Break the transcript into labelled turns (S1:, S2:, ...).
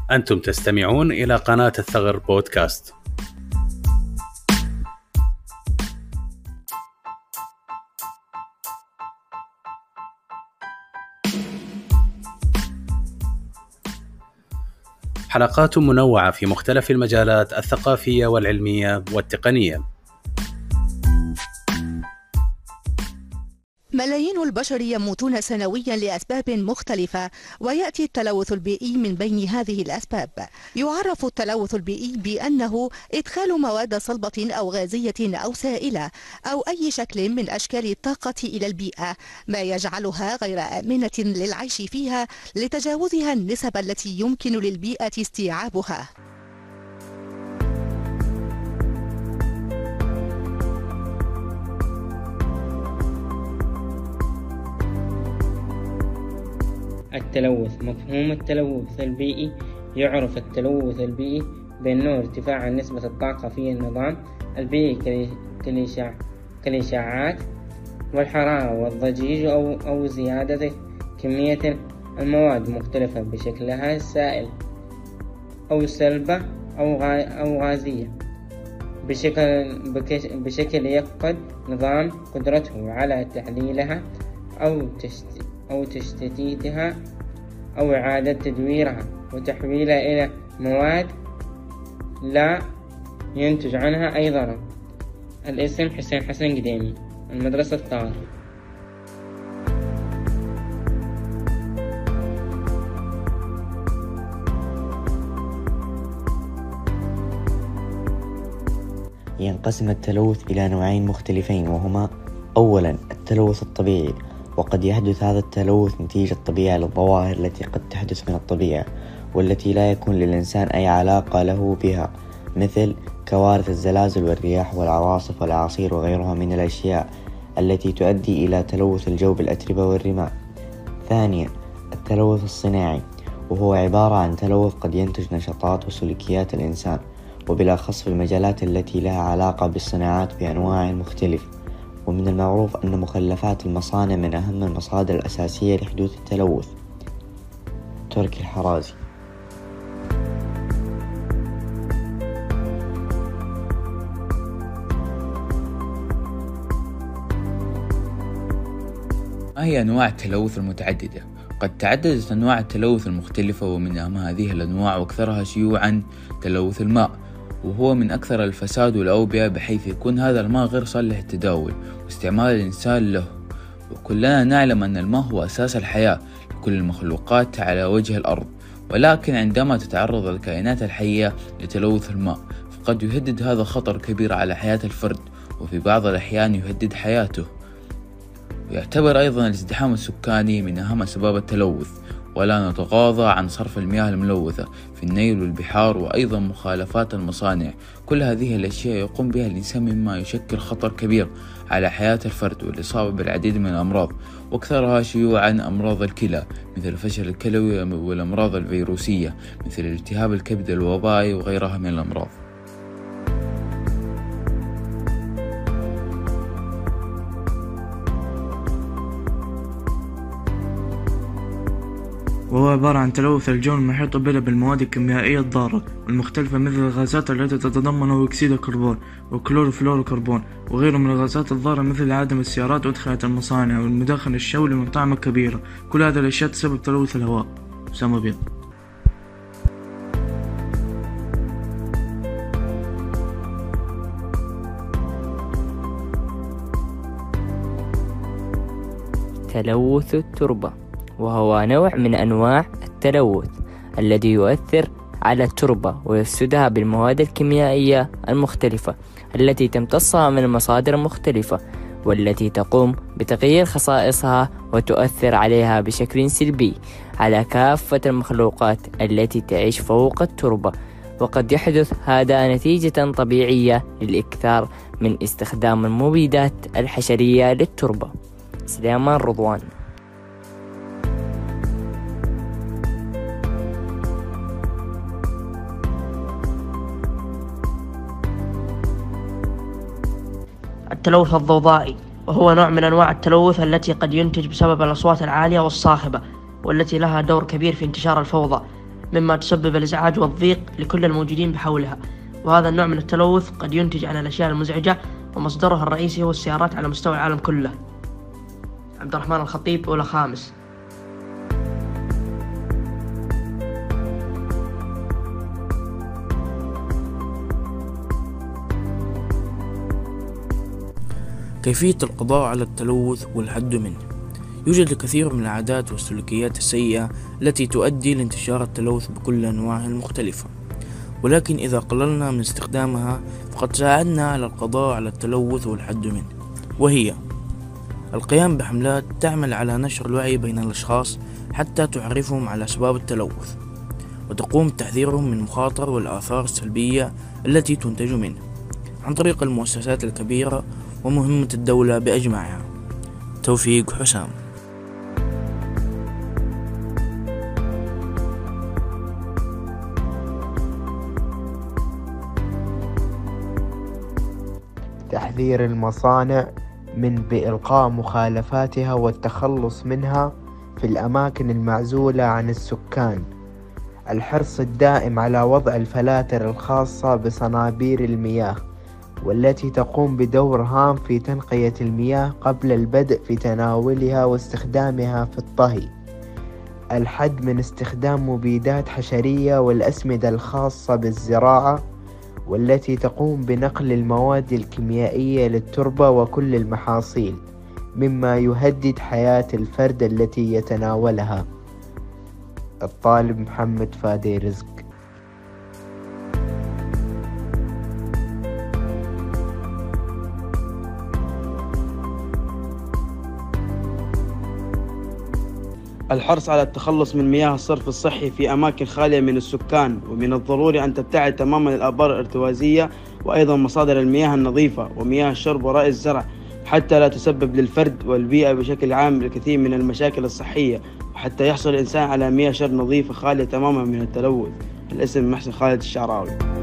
S1: أنتم تستمعون إلى قناة الثغر بودكاست. حلقات منوعة في مختلف المجالات الثقافية والعلمية والتقنية.
S2: ملايين البشر يموتون سنويا لأسباب مختلفة، ويأتي التلوث البيئي من بين هذه الأسباب. يعرف التلوث البيئي بأنه إدخال مواد صلبة أو غازية أو سائلة أو أي شكل من أشكال الطاقة إلى البيئة، ما يجعلها غير آمنة للعيش فيها لتجاوزها النسب التي يمكن للبيئة استيعابها.
S3: التلوث. مفهوم التلوث البيئي: يعرف التلوث البيئي بأنه ارتفاع نسبة الطاقة في النظام البيئي كالإشعاعات والحرارة والضجيج أو زيادة كمية المواد مختلفة بشكلها السائل أو سلبة أو غازية بشكل يفقد نظام قدرته على تحليلها أو تشتيتها أو إعادة تدويرها وتحويلها إلى مواد لا ينتج عنها أي ضرر. الاسم: حسين حسن قديمي، المدرسة الثغر.
S4: ينقسم التلوث إلى نوعين مختلفين، وهما: أولا التلوث الطبيعي، وقد يحدث هذا التلوث نتيجة طبيعة للظواهر التي قد تحدث من الطبيعة والتي لا يكون للإنسان أي علاقة له بها، مثل كوارث الزلازل والرياح والعواصف والأعاصير وغيرها من الأشياء التي تؤدي إلى تلوث الجو بالأتربة والرمال. ثانيا التلوث الصناعي، وهو عبارة عن تلوث قد ينتج نشاطات وسلوكيات الإنسان، وبالأخص في المجالات التي لها علاقة بالصناعات بأنواع مختلفة. ومن المعروف أن مخلفات المصانع من أهم المصادر الأساسية لحدوث التلوث. تركي الحرازي.
S5: ما هي أنواع التلوث المتعددة؟ قد تعددت أنواع التلوث المختلفة، ومن أهم هذه الأنواع وأكثرها شيوعا تلوث الماء، وهو من أكثر الفساد والأوبئة، بحيث يكون هذا الماء غير صالح للتداول واستعمال الإنسان له. وكلنا نعلم أن الماء هو أساس الحياة لكل المخلوقات على وجه الأرض، ولكن عندما تتعرض الكائنات الحية لتلوث الماء فقد يهدد هذا خطر كبير على حياة الفرد، وفي بعض الأحيان يهدد حياته. ويعتبر أيضا الازدحام السكاني من أهم أسباب التلوث، ولا نتغاضى عن صرف المياه الملوثة في النيل والبحار، وأيضا مخالفات المصانع. كل هذه الأشياء يقوم بها الإنسان مما يشكل خطر كبير على حياة الفرد والإصابة بالعديد من الأمراض، وأكثرها شيوعا أمراض الكلى مثل الفشل الكلوي، والأمراض الفيروسية مثل التهاب الكبد الوبائي وغيرها من الأمراض.
S6: وهو عبارة عن تلوث الجو المحيط به بالمواد الكيميائية الضارة والمختلفة، مثل الغازات التي تتضمن أكسيد الكربون وكلوروفلوروكربون وغيره من الغازات الضارة، مثل عدم السيارات وأدخنة المصانع والمدخن الشولي والمطاعم الكبيرة. كل هذه الأشياء تسبب تلوث الهواء. أسامة بيض.
S7: تلوث التربة، وهو نوع من أنواع التلوث الذي يؤثر على التربة ويفسدها بالمواد الكيميائية المختلفة التي تمتصها من مصادر مختلفة، والتي تقوم بتغيير خصائصها وتؤثر عليها بشكل سلبي على كافة المخلوقات التي تعيش فوق التربة. وقد يحدث هذا نتيجة طبيعية للإكثار من استخدام المبيدات الحشرية للتربة. سليمان رضوان.
S8: التلوث الضوضائي، وهو نوع من أنواع التلوث التي قد ينتج بسبب الأصوات العالية والصاخبة، والتي لها دور كبير في انتشار الفوضى مما تسبب الإزعاج والضيق لكل الموجودين بحولها. وهذا النوع من التلوث قد ينتج عن الأشياء المزعجة، ومصدرها الرئيسي هو السيارات على مستوى العالم كله. عبد الرحمن الخطيب، أولى خامس.
S6: كيفية القضاء على التلوث والحد منه. يوجد الكثير من العادات والسلوكيات السيئة التي تؤدي لانتشار التلوث بكل أنواعه المختلفة، ولكن إذا قللنا من استخدامها فقد ساعدنا على القضاء على التلوث والحد منه، وهي القيام بحملات تعمل على نشر الوعي بين الأشخاص حتى تعرفهم على أسباب التلوث، وتقوم بتحذيرهم من المخاطر والآثار السلبية التي تنتج منه عن طريق المؤسسات الكبيرة ومهمة الدولة بأجمعها. توفيق حسام.
S9: تحذير المصانع بإلقاء مخالفاتها والتخلص منها في الأماكن المعزولة عن السكان. الحرص الدائم على وضع الفلاتر الخاصة بصنابير المياه، والتي تقوم بدور هام في تنقية المياه قبل البدء في تناولها واستخدامها في الطهي. الحد من استخدام مبيدات حشرية والأسمدة الخاصة بالزراعة، والتي تقوم بنقل المواد الكيميائية للتربة وكل المحاصيل، مما يهدد حياة الفرد التي يتناولها. الطالب محمد فادي رزق.
S10: الحرص على التخلص من مياه الصرف الصحي في أماكن خالية من السكان، ومن الضروري أن تبتعد تماما الآبار الارتوازية وأيضا مصادر المياه النظيفة ومياه الشرب وري الزرع، حتى لا تسبب للفرد والبيئة بشكل عام الكثير من المشاكل الصحية، وحتى يحصل الإنسان على مياه شرب نظيفة خالية تماما من التلوث. الاسم محسن خالد الشعراوي.